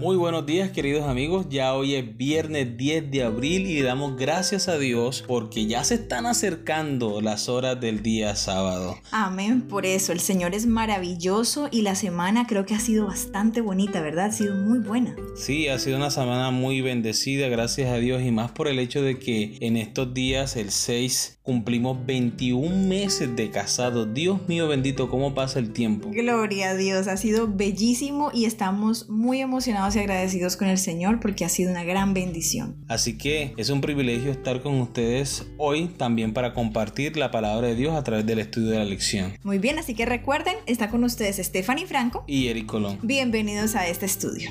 Muy buenos días, queridos amigos. Ya hoy es viernes 10 de abril y le damos gracias a Dios porque ya se están acercando las horas del día sábado. Amén, por eso el Señor es maravilloso y la semana creo que ha sido bastante bonita, ¿verdad? Ha sido muy buena. Sí, ha sido una semana muy bendecida, gracias a Dios, y más por el hecho de que en estos días, el 6, cumplimos 21 meses de casados. Dios mío bendito, cómo pasa el tiempo. Gloria a Dios, ha sido bellísimo y estamos muy emocionados y agradecidos con el Señor porque ha sido una gran bendición. Así que es un privilegio estar con ustedes hoy también para compartir la palabra de Dios a través del estudio de la lección. Muy bien, así que recuerden, está con ustedes Stephanie Franco Y Eric Colón. Bienvenidos a este estudio.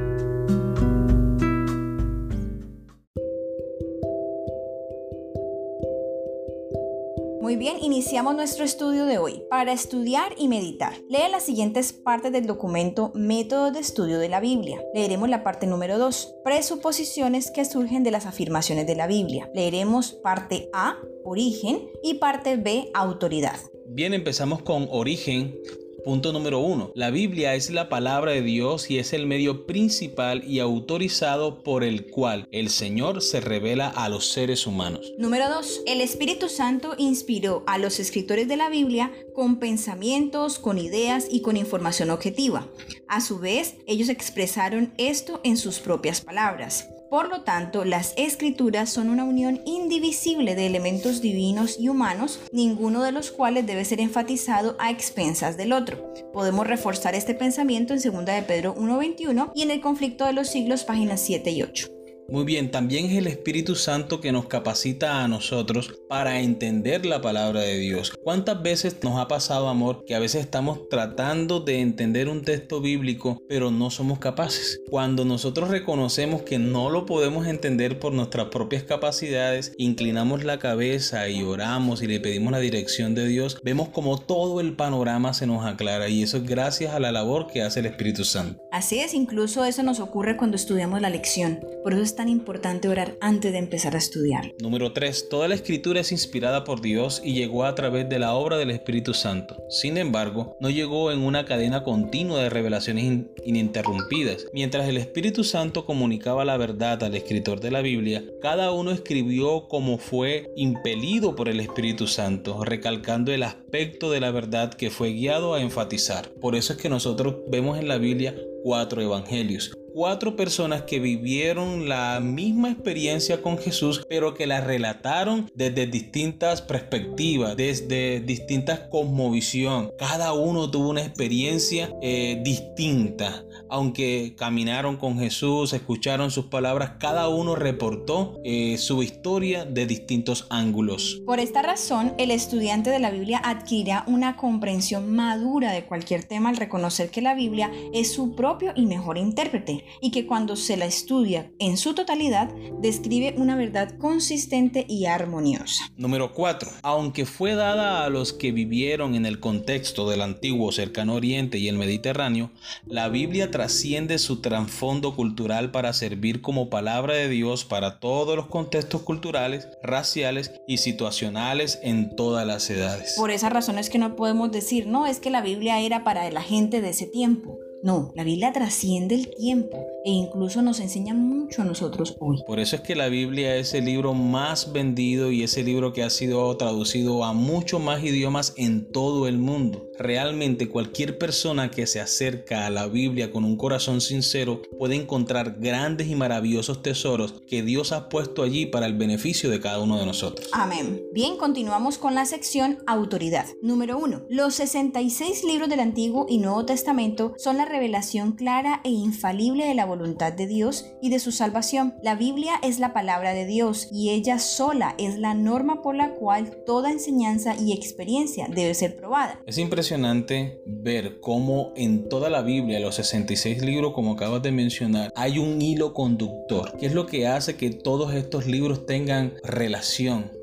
Muy bien, iniciamos nuestro estudio de hoy. Para estudiar y meditar, lee las siguientes partes del documento Métodos de Estudio de la Biblia. Leeremos la parte número 2, presuposiciones que surgen de las afirmaciones de la Biblia. Leeremos parte A, origen, y parte B, autoridad. Bien, empezamos con origen. Punto número 1. La Biblia es la palabra de Dios y es el medio principal y autorizado por el cual el Señor se revela a los seres humanos. Número 2. El Espíritu Santo inspiró a los escritores de la Biblia con pensamientos, con ideas y con información objetiva. A su vez, ellos expresaron esto en sus propias palabras. Por lo tanto, las escrituras son una unión indivisible de elementos divinos y humanos, ninguno de los cuales debe ser enfatizado a expensas del otro. Podemos reforzar este pensamiento en 2 de Pedro 1:21 y en el conflicto de los siglos, páginas 7 y 8. Muy bien, también es el Espíritu Santo que nos capacita a nosotros para entender la palabra de Dios. ¿Cuántas veces nos ha pasado, amor, que a veces estamos tratando de entender un texto bíblico, pero no somos capaces? Cuando nosotros reconocemos que no lo podemos entender por nuestras propias capacidades, inclinamos la cabeza y oramos y le pedimos la dirección de Dios, vemos como todo el panorama se nos aclara, y eso es gracias a la labor que hace el Espíritu Santo. Así es, incluso eso nos ocurre cuando estudiamos la lección. Por eso es tan importante orar antes de empezar a estudiar. Número 3. Toda la escritura es inspirada por Dios y llegó a través de la obra del Espíritu Santo. Sin embargo, no llegó en una cadena continua de revelaciones ininterrumpidas. Mientras el Espíritu Santo comunicaba la verdad al escritor de la Biblia, cada uno escribió como fue impelido por el Espíritu Santo, recalcando el aspecto de la verdad que fue guiado a enfatizar. Por eso es que nosotros vemos en la Biblia 4 evangelios. 4 personas que vivieron la misma experiencia con Jesús, pero que la relataron desde distintas perspectivas, desde distintas cosmovisión. Cada uno tuvo una experiencia distinta. Aunque caminaron con Jesús, escucharon sus palabras, cada uno reportó su historia de distintos ángulos. Por esta razón, el estudiante de la Biblia adquirirá una comprensión madura de cualquier tema al reconocer que la Biblia es su propio y mejor intérprete, y que cuando se la estudia en su totalidad, describe una verdad consistente y armoniosa. Número 4. Aunque fue dada a los que vivieron en el contexto del antiguo Cercano Oriente y el Mediterráneo, la Biblia trasciende su trasfondo cultural para servir como palabra de Dios para todos los contextos culturales, raciales y situacionales en todas las edades. Por esa razón es que no podemos decir, no, es que la Biblia era para la gente de ese tiempo. No, la Biblia trasciende el tiempo e incluso nos enseña mucho a nosotros hoy. Por eso es que la Biblia es el libro más vendido y es el libro que ha sido traducido a muchos más idiomas en todo el mundo. Realmente cualquier persona que se acerca a la Biblia con un corazón sincero puede encontrar grandes y maravillosos tesoros que Dios ha puesto allí para el beneficio de cada uno de nosotros. Amén. Bien, continuamos con la sección autoridad. Número 1. Los 66 libros del Antiguo y Nuevo Testamento son la revelación clara e infalible de la voluntad de Dios y de su salvación. La Biblia es la palabra de Dios y ella sola es la norma por la cual toda enseñanza y experiencia debe ser probada. Es impresionante ver cómo en toda la Biblia, los 66 libros, como acabas de mencionar, hay un hilo conductor, que es lo que hace que todos estos libros tengan relación.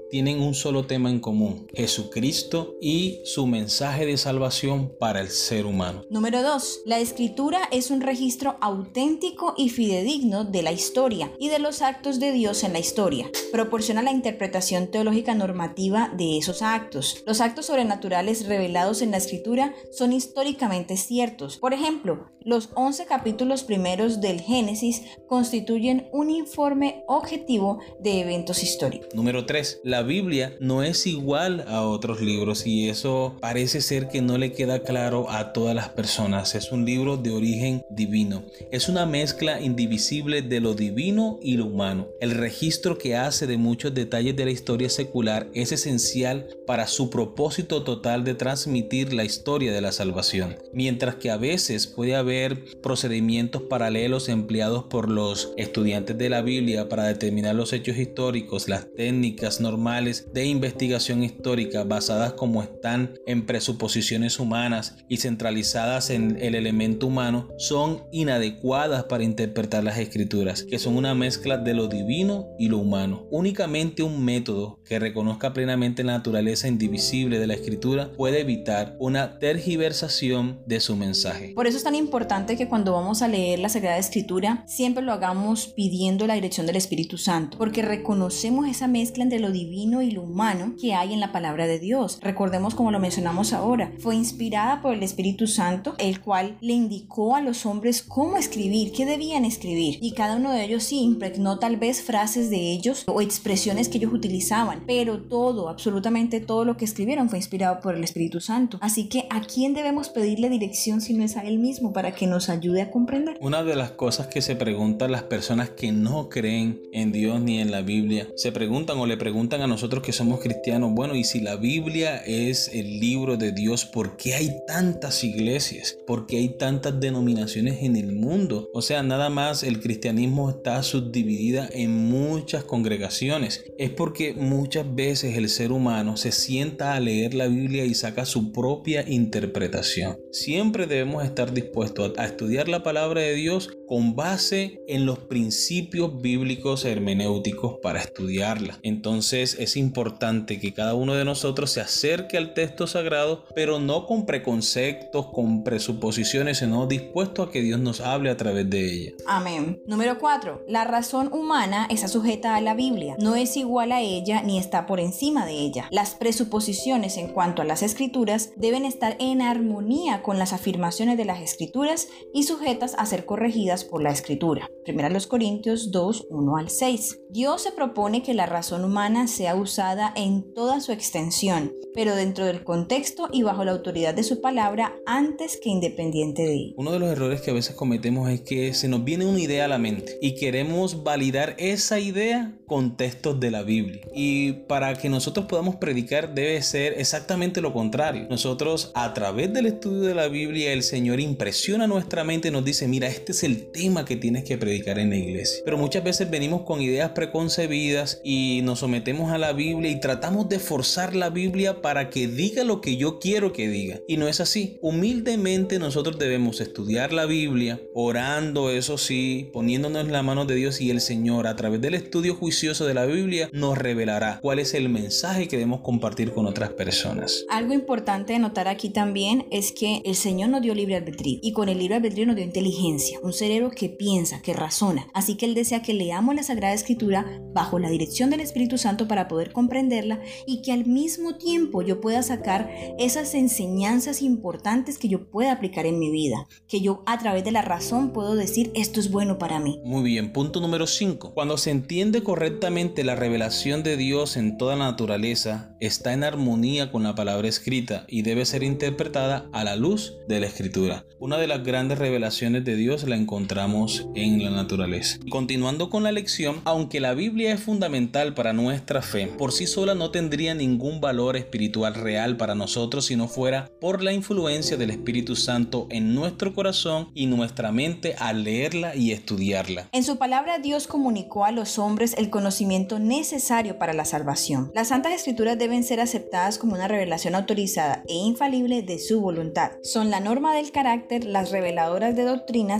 tienen un solo tema en común: Jesucristo y su mensaje de salvación para el ser humano. Número 2. La escritura es un registro auténtico y fidedigno de la historia y de los actos de Dios en la historia. Proporciona la interpretación teológica normativa de esos actos. Los actos sobrenaturales revelados en la escritura son históricamente ciertos. Por ejemplo, los 11 capítulos primeros del Génesis constituyen un informe objetivo de eventos históricos. Número 3. La Biblia no es igual a otros libros y eso parece ser que no le queda claro a todas las personas. Es un libro de origen divino. Es una mezcla indivisible de lo divino y lo humano. El registro que hace de muchos detalles de la historia secular es esencial para su propósito total de transmitir la historia de la salvación. Mientras que a veces puede haber procedimientos paralelos empleados por los estudiantes de la Biblia para determinar los hechos históricos, las técnicas normales de investigación histórica basadas como están en presuposiciones humanas y centralizadas en el elemento humano son inadecuadas para interpretar las escrituras, que son una mezcla de lo divino y lo humano. Únicamente un método que reconozca plenamente la naturaleza indivisible de la escritura puede evitar una tergiversación de su mensaje. Por eso es tan importante que cuando vamos a leer la Sagrada Escritura siempre lo hagamos pidiendo la dirección del Espíritu Santo, porque reconocemos esa mezcla entre lo divino y lo humano que hay en la palabra de Dios. Recordemos, como lo mencionamos ahora, fue inspirada por el Espíritu Santo, el cual le indicó a los hombres cómo escribir, qué debían escribir, y cada uno de ellos sí impregnó tal vez frases de ellos o expresiones que ellos utilizaban, pero todo, absolutamente todo lo que escribieron fue inspirado por el Espíritu Santo. Así que ¿a quién debemos pedirle dirección si no es a Él mismo para que nos ayude a comprender? Una de las cosas que se preguntan las personas que no creen en Dios ni en la Biblia, se preguntan o le preguntan a nosotros que somos cristianos, bueno, y si la Biblia es el libro de Dios, ¿por qué hay tantas iglesias? ¿Por qué hay tantas denominaciones en el mundo? O sea, nada más el cristianismo está subdividida en muchas congregaciones. Es porque muchas veces el ser humano se sienta a leer la Biblia y saca su propia interpretación. Siempre debemos estar dispuestos a estudiar la palabra de Dios con base en los principios bíblicos hermenéuticos para estudiarla. Entonces es importante que cada uno de nosotros se acerque al texto sagrado, pero no con preconceptos, con presuposiciones, sino dispuesto a que Dios nos hable a través de ella. Amén. Número 4. La razón humana está sujeta a la Biblia. No es igual a ella ni está por encima de ella. Las presuposiciones en cuanto a las escrituras deben estar en armonía con las afirmaciones de las escrituras y sujetas a ser corregidas por la escritura. 1 Corintios 2, 1 al 6. Dios se propone que la razón humana sea usada en toda su extensión, pero dentro del contexto y bajo la autoridad de su palabra antes que independiente de ella. Uno de los errores que a veces cometemos es que se nos viene una idea a la mente y queremos validar esa idea con textos de la Biblia. Y para que nosotros podamos predicar debe ser exactamente lo contrario. Nosotros, a través del estudio de la Biblia, el Señor impresiona nuestra mente y nos dice, mira, este es el tema que tienes que predicar en la iglesia. Pero muchas veces venimos con ideas preconcebidas y nos sometemos a la Biblia y tratamos de forzar la Biblia para que diga lo que yo quiero que diga. Y no es así. Humildemente nosotros debemos estudiar la Biblia, orando, eso sí, poniéndonos en las manos de Dios, y el Señor, a través del estudio juicioso de la Biblia, nos revelará cuál es el mensaje que debemos compartir con otras personas. Algo importante de notar aquí también es que el Señor nos dio libre albedrío, y con el libre albedrío nos dio inteligencia, un cerebro que piensa, que razona. Así que Él desea que leamos la Sagrada Escritura bajo la dirección del Espíritu Santo para poder comprenderla, y que al mismo tiempo yo pueda sacar esas enseñanzas importantes que yo pueda aplicar en mi vida, que yo a través de la razón puedo decir esto es bueno para mí. Muy bien, punto número 5. Cuando se entiende correctamente la revelación de Dios en toda la naturaleza, está en armonía con la palabra escrita y debe ser interpretada a la luz de la Escritura. Una de las grandes revelaciones de Dios la encontramos en la naturaleza. Continuando con la lección, aunque la Biblia es fundamental para nuestra fe, por sí sola no tendría ningún valor espiritual real para nosotros si no fuera por la influencia del Espíritu Santo en nuestro corazón y nuestra mente al leerla y estudiarla. En su palabra, Dios comunicó a los hombres el conocimiento necesario para la salvación. Las Santas Escrituras deben ser aceptadas como una revelación autorizada e infalible de su voluntad. Son la norma del carácter, las reveladoras de doctrinas y las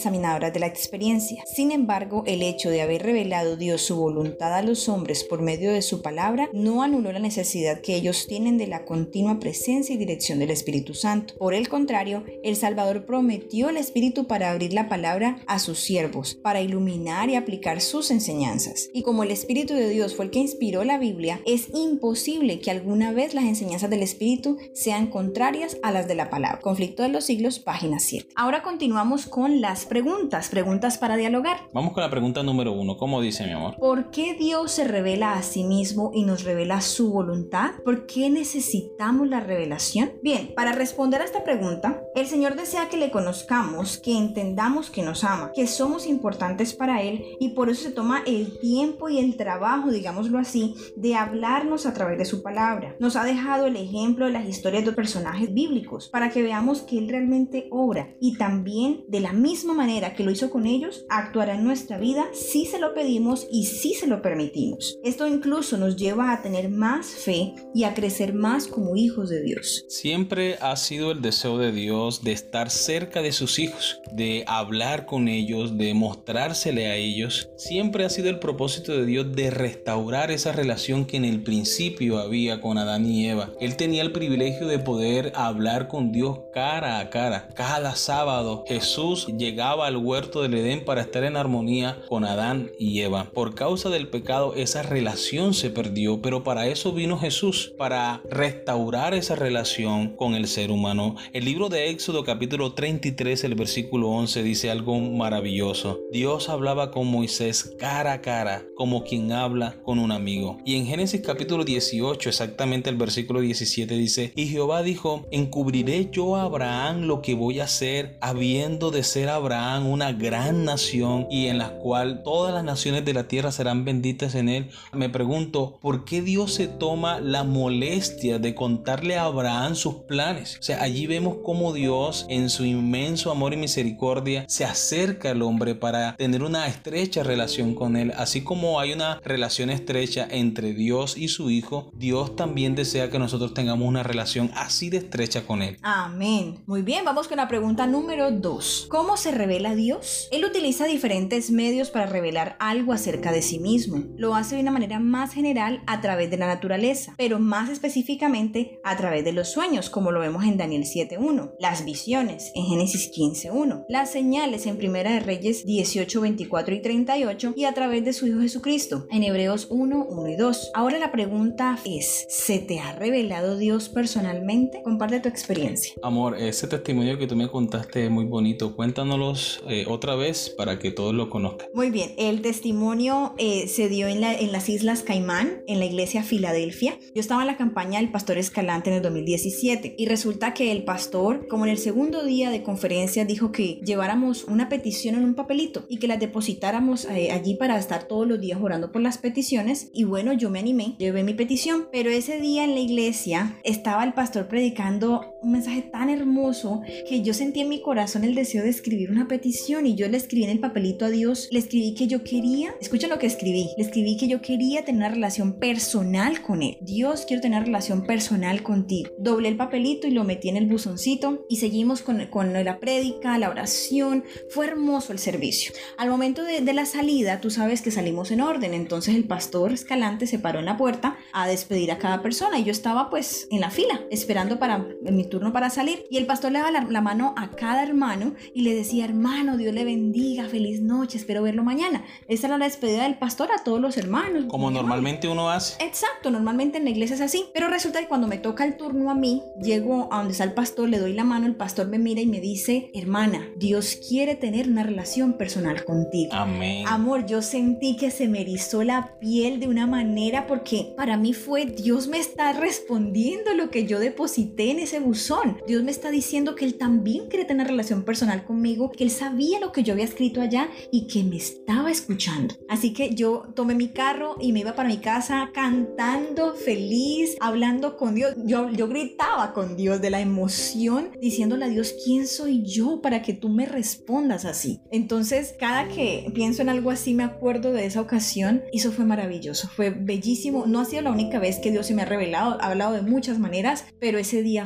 examinadoras de la experiencia. Sin embargo, el hecho de haber revelado Dios su voluntad a los hombres por medio de su palabra no anuló la necesidad que ellos tienen de la continua presencia y dirección del Espíritu Santo. Por el contrario, el Salvador prometió el Espíritu para abrir la palabra a sus siervos, para iluminar y aplicar sus enseñanzas. Y como el Espíritu de Dios fue el que inspiró la Biblia, es imposible que alguna vez las enseñanzas del Espíritu sean contrarias a las de la palabra. Conflicto de los siglos, página 7. Ahora continuamos con las preguntas para dialogar. Vamos con la pregunta número 1. ¿Cómo dice, mi amor? ¿Por qué Dios se revela a sí mismo y nos revela su voluntad? ¿Por qué necesitamos la revelación? Bien, para responder a esta pregunta, el Señor desea que le conozcamos, que entendamos que nos ama, que somos importantes para Él, y por eso se toma el tiempo y el trabajo, digámoslo así, de hablarnos a través de su palabra. Nos ha dejado el ejemplo de las historias de personajes bíblicos para que veamos que Él realmente obra, y también de la misma manera que lo hizo con ellos, actuará en nuestra vida si se lo pedimos y si se lo permitimos. Esto incluso nos lleva a tener más fe y a crecer más como hijos de Dios. Siempre ha sido el deseo de Dios de estar cerca de sus hijos, de hablar con ellos, de mostrársele a ellos. Siempre ha sido el propósito de Dios de restaurar esa relación que en el principio había con Adán y Eva. Él tenía el privilegio de poder hablar con Dios cara a cara. Cada sábado Jesús llegaba al huerto del Edén para estar en armonía con Adán y Eva. Por causa del pecado esa relación se perdió, pero para eso vino Jesús, para restaurar esa relación con el ser humano. El libro de Éxodo capítulo 33, el versículo 11 dice algo maravilloso. Dios hablaba con Moisés cara a cara, como quien habla con un amigo. Y en Génesis capítulo 18, exactamente el versículo 17 dice: y Jehová dijo: encubriré yo a Abraham lo que voy a hacer, habiendo de ser Abraham una gran nación, y en la cual todas las naciones de la tierra serán benditas en él. Me pregunto, ¿por qué Dios se toma la molestia de contarle a Abraham sus planes? O sea, allí vemos cómo Dios, en su inmenso amor y misericordia, se acerca al hombre para tener una estrecha relación con él. Así como hay una relación estrecha entre Dios y su Hijo, Dios también desea que nosotros tengamos una relación así de estrecha con él. Amén. Muy bien, vamos con la pregunta número 2. ¿Cómo se revela Dios? Él utiliza diferentes medios para revelar algo acerca de sí mismo. Lo hace de una manera más general a través de la naturaleza, pero más específicamente a través de los sueños, como lo vemos en Daniel 7:1, las visiones en Génesis 15:1, las señales en Primera de Reyes 18, 24 y 38, y a través de su Hijo Jesucristo en Hebreos 1 y 2. Ahora la pregunta es: ¿se te ha revelado Dios personalmente? Comparte tu experiencia. Amor, ese testimonio que tú me contaste es muy bonito. Cuéntanoslos otra vez para que todos lo conozcan. Muy bien, el testimonio se dio en las Islas Caimán, en la iglesia Filadelfia. Yo estaba en la campaña del pastor Escalante en el 2017 y resulta que el pastor, como en el segundo día de conferencia, dijo que lleváramos una petición en un papelito y que las depositáramos allí para estar todos los días orando por las peticiones. Y bueno, yo me animé, llevé mi petición, pero ese día en la iglesia estaba el pastor predicando un mensaje tan hermoso que yo sentí en mi corazón el deseo de escribir una petición, y yo le escribí en el papelito a Dios, le escribí que yo quería, escuchen lo que escribí, le escribí que yo quería tener una relación personal con Él. Dios, quiero tener una relación personal contigo. Doblé el papelito y lo metí en el buzoncito y seguimos con la prédica, la oración. Fue hermoso el servicio. Al momento de la salida, tú sabes que salimos en orden, entonces el pastor Escalante se paró en la puerta a despedir a cada persona y yo estaba pues en la fila esperando para mi turno para salir, y el pastor le daba la mano a cada hermano y le decía: hermano, Dios le bendiga, feliz noche, espero verlo mañana. Esa era la despedida del pastor a todos los hermanos. Como normalmente uno hace. Exacto, normalmente en la iglesia es así, pero resulta que cuando me toca el turno a mí, llego a donde está el pastor, le doy la mano, el pastor me mira y me dice: hermana, Dios quiere tener una relación personal contigo. Amén. Amor, yo sentí que se me erizó la piel de una manera, porque para mí fue: Dios me está respondiendo lo que yo deposité en ese buzón. Dios me está diciendo que Él también quiere tener relación personal conmigo, que Él sabía lo que yo había escrito allá y que me estaba escuchando. Así que yo tomé mi carro y me iba para mi casa cantando, feliz, hablando con Dios. Yo gritaba con Dios de la emoción, diciéndole a Dios: ¿quién soy yo para que tú me respondas así? Entonces, cada que pienso en algo así, me acuerdo de esa ocasión. Y eso fue maravilloso, fue bellísimo. No ha sido la única vez que Dios se me ha revelado, ha hablado de muchas maneras, pero ese día fue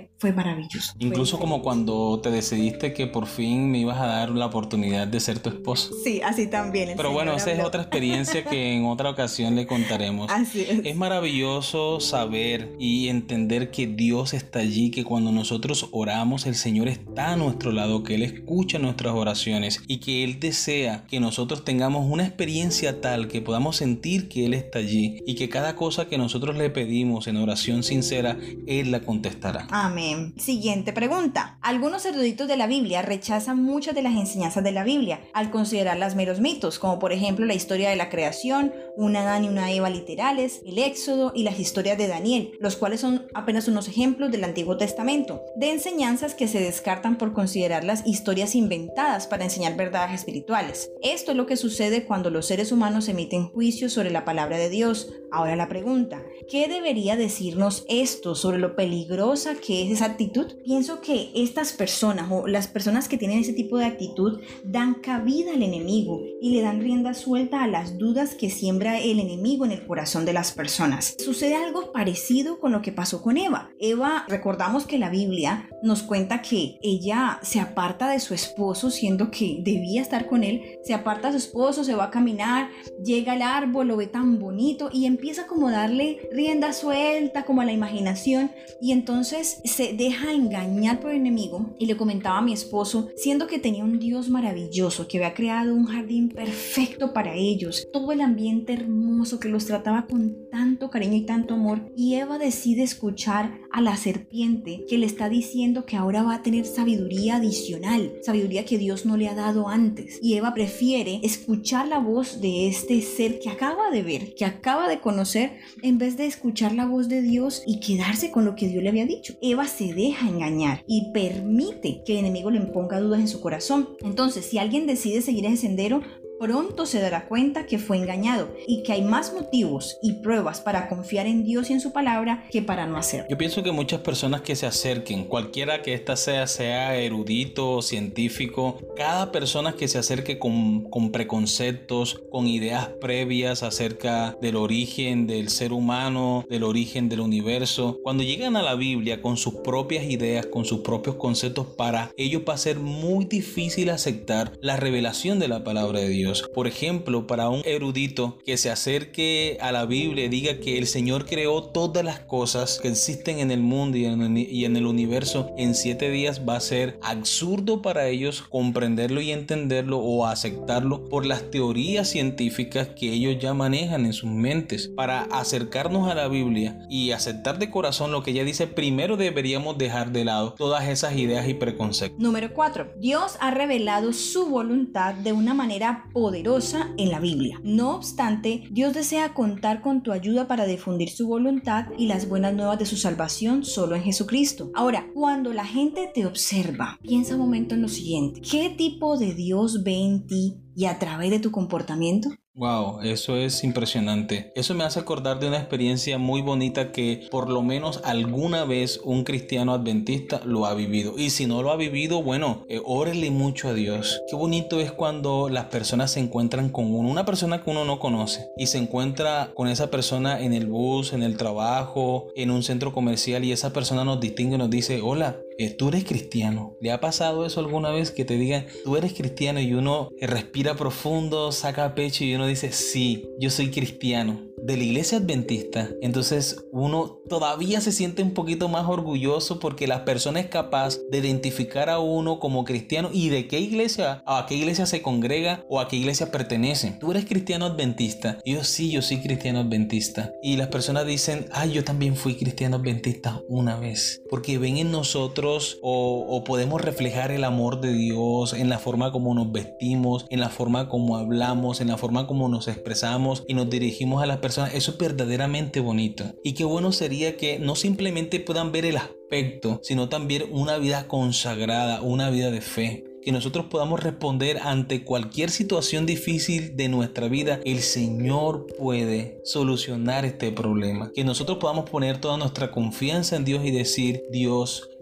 fue maravilloso. Incluso como cuando te decidiste que por fin me ibas a dar la oportunidad de ser tu esposo. Sí, así también. Pero bueno, esa es otra experiencia que en otra ocasión le contaremos. Así es. Es maravilloso saber y entender que Dios está allí, que cuando nosotros oramos, el Señor está a nuestro lado, que Él escucha nuestras oraciones y que Él desea que nosotros tengamos una experiencia tal que podamos sentir que Él está allí y que cada cosa que nosotros le pedimos en oración sincera, Él la contestará. Amén. Siguiente pregunta. Algunos eruditos de la Biblia rechazan muchas de las enseñanzas de la Biblia al considerarlas meros mitos, como por ejemplo la historia de la creación, un Adán y una Eva literales, el Éxodo y las historias de Daniel, los cuales son apenas unos ejemplos del Antiguo Testamento, de enseñanzas que se descartan por considerarlas historias inventadas para enseñar verdades espirituales. Esto es lo que sucede cuando los seres humanos emiten juicios sobre la palabra de Dios. Ahora la pregunta, ¿qué debería decirnos esto sobre lo peligrosa que es esa actitud? Pienso que estas personas o las personas que tienen ese tipo de actitud dan cabida al enemigo y le dan rienda suelta a las dudas que siembra el enemigo en el corazón de las personas. Sucede algo parecido con lo que pasó con Eva. Eva, recordamos que la Biblia nos cuenta que ella se aparta de su esposo siendo que debía estar con él, se aparta de su esposo, se va a caminar, llega al árbol, lo ve tan bonito y empieza como a darle rienda suelta como a la imaginación y entonces se deja engañar por el enemigo. Y le comentaba a mi esposo, siendo que tenía un Dios maravilloso que había creado un jardín perfecto para ellos, todo el ambiente hermoso, que los trataba con tanto cariño y tanto amor, y Eva decide escuchar a la serpiente que le está diciendo que ahora va a tener sabiduría adicional, sabiduría que Dios no le ha dado antes, y Eva prefiere escuchar la voz de este ser que acaba de ver, que acaba de conocer, en vez de escuchar la voz de Dios y quedarse con lo que Dios le había dicho. Eva se deja engañar y permite que el enemigo le imponga dudas en su corazón. Entonces, si alguien decide seguir ese sendero, pronto se dará cuenta que fue engañado y que hay más motivos y pruebas para confiar en Dios y en su palabra que para no hacerlo. Yo pienso que muchas personas que se acerquen, cualquiera que ésta sea erudito o científico, cada persona que se acerque con preconceptos, con ideas previas acerca del origen del ser humano, del origen del universo, cuando llegan a la Biblia con sus propias ideas, con sus propios conceptos, para ellos va a ser muy difícil aceptar la revelación de la palabra de Dios. Por ejemplo, para un erudito que se acerque a la Biblia y diga que el Señor creó todas las cosas que existen en el mundo y en el universo en 7 días, va a ser absurdo para ellos comprenderlo y entenderlo o aceptarlo por las teorías científicas que ellos ya manejan en sus mentes. Para acercarnos a la Biblia y aceptar de corazón lo que ella dice, primero deberíamos dejar de lado todas esas ideas y preconceptos. Número 4. Dios ha revelado su voluntad de una manera poderosa en la Biblia. No obstante, Dios desea contar con tu ayuda para difundir su voluntad y las buenas nuevas de su salvación solo en Jesucristo. Ahora, cuando la gente te observa, piensa un momento en lo siguiente. ¿Qué tipo de Dios ve en ti y a través de tu comportamiento? Wow, eso es impresionante. Eso me hace acordar de una experiencia muy bonita que por lo menos alguna vez un cristiano adventista lo ha vivido. Y si no lo ha vivido, bueno, órele mucho a Dios. Qué bonito es cuando las personas se encuentran con una persona que uno no conoce y se encuentra con esa persona en el bus, en el trabajo, en un centro comercial, y esa persona nos distingue y nos dice: hola, tú eres cristiano. ¿Le ha pasado eso alguna vez, que te digan tú eres cristiano, y uno respira profundo, saca pecho y uno dice: sí, yo soy cristiano, de la iglesia adventista? Entonces uno todavía se siente un poquito más orgulloso porque la persona es capaz de identificar a uno como cristiano y de qué iglesia, a qué iglesia se congrega o a qué iglesia pertenece. Tú eres cristiano adventista. Y yo: sí, yo soy cristiano adventista. Y las personas dicen: ay, yo también fui cristiano adventista una vez, porque ven en nosotros o podemos reflejar el amor de Dios en la forma como nos vestimos, en la forma como hablamos, en la forma como nos expresamos y nos dirigimos a las personas. Eso es verdaderamente bonito. Y qué bueno sería que no simplemente puedan ver el aspecto, sino también una vida consagrada, una vida de fe. Que nosotros podamos responder ante cualquier situación difícil de nuestra vida. El Señor puede solucionar este problema. Que nosotros podamos poner toda nuestra confianza en Dios y decir: Dios,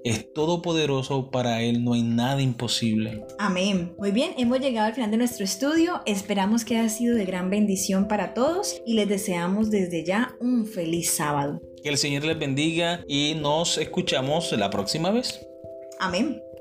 es todopoderoso, para Él no hay nada imposible. Amén. Muy bien, hemos llegado al final de nuestro estudio. Esperamos que haya sido de gran bendición para todos y les deseamos desde ya un feliz sábado. Que el Señor les bendiga y nos escuchamos la próxima vez. Amén.